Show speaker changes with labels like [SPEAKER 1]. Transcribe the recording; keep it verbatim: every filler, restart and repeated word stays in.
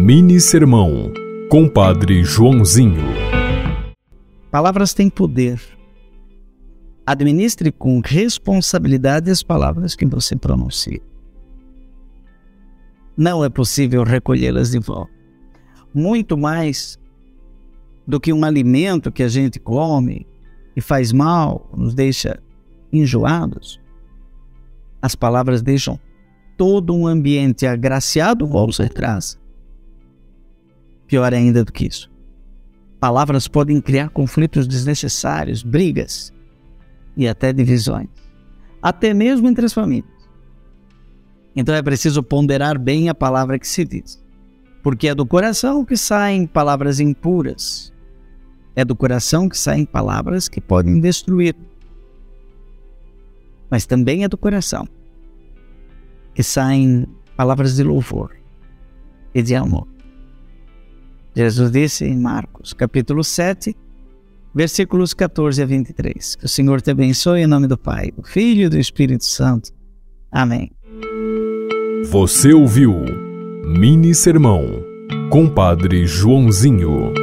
[SPEAKER 1] Mini Sermão, Compadre Joãozinho.
[SPEAKER 2] Palavras têm poder. Administre com responsabilidade as palavras que você pronuncia. Não é possível recolhê-las de volta. Muito mais do que um alimento que a gente come e faz mal, nos deixa enjoados, as palavras deixam todo um ambiente agraciado ou retrasa. Pior ainda do que isso. Palavras podem criar conflitos desnecessários, brigas e até divisões, até mesmo entre as famílias. Então é preciso ponderar bem a palavra que se diz, porque é do coração que saem palavras impuras, é do coração que saem palavras que podem destruir, mas também é do coração que saem palavras de louvor e de amor. Jesus disse em Marcos, capítulo sete, versículos catorze a vinte e três. Que o Senhor te abençoe em nome do Pai, do Filho e do Espírito Santo. Amém.
[SPEAKER 1] Você ouviu Mini Sermão, Compadre Joãozinho.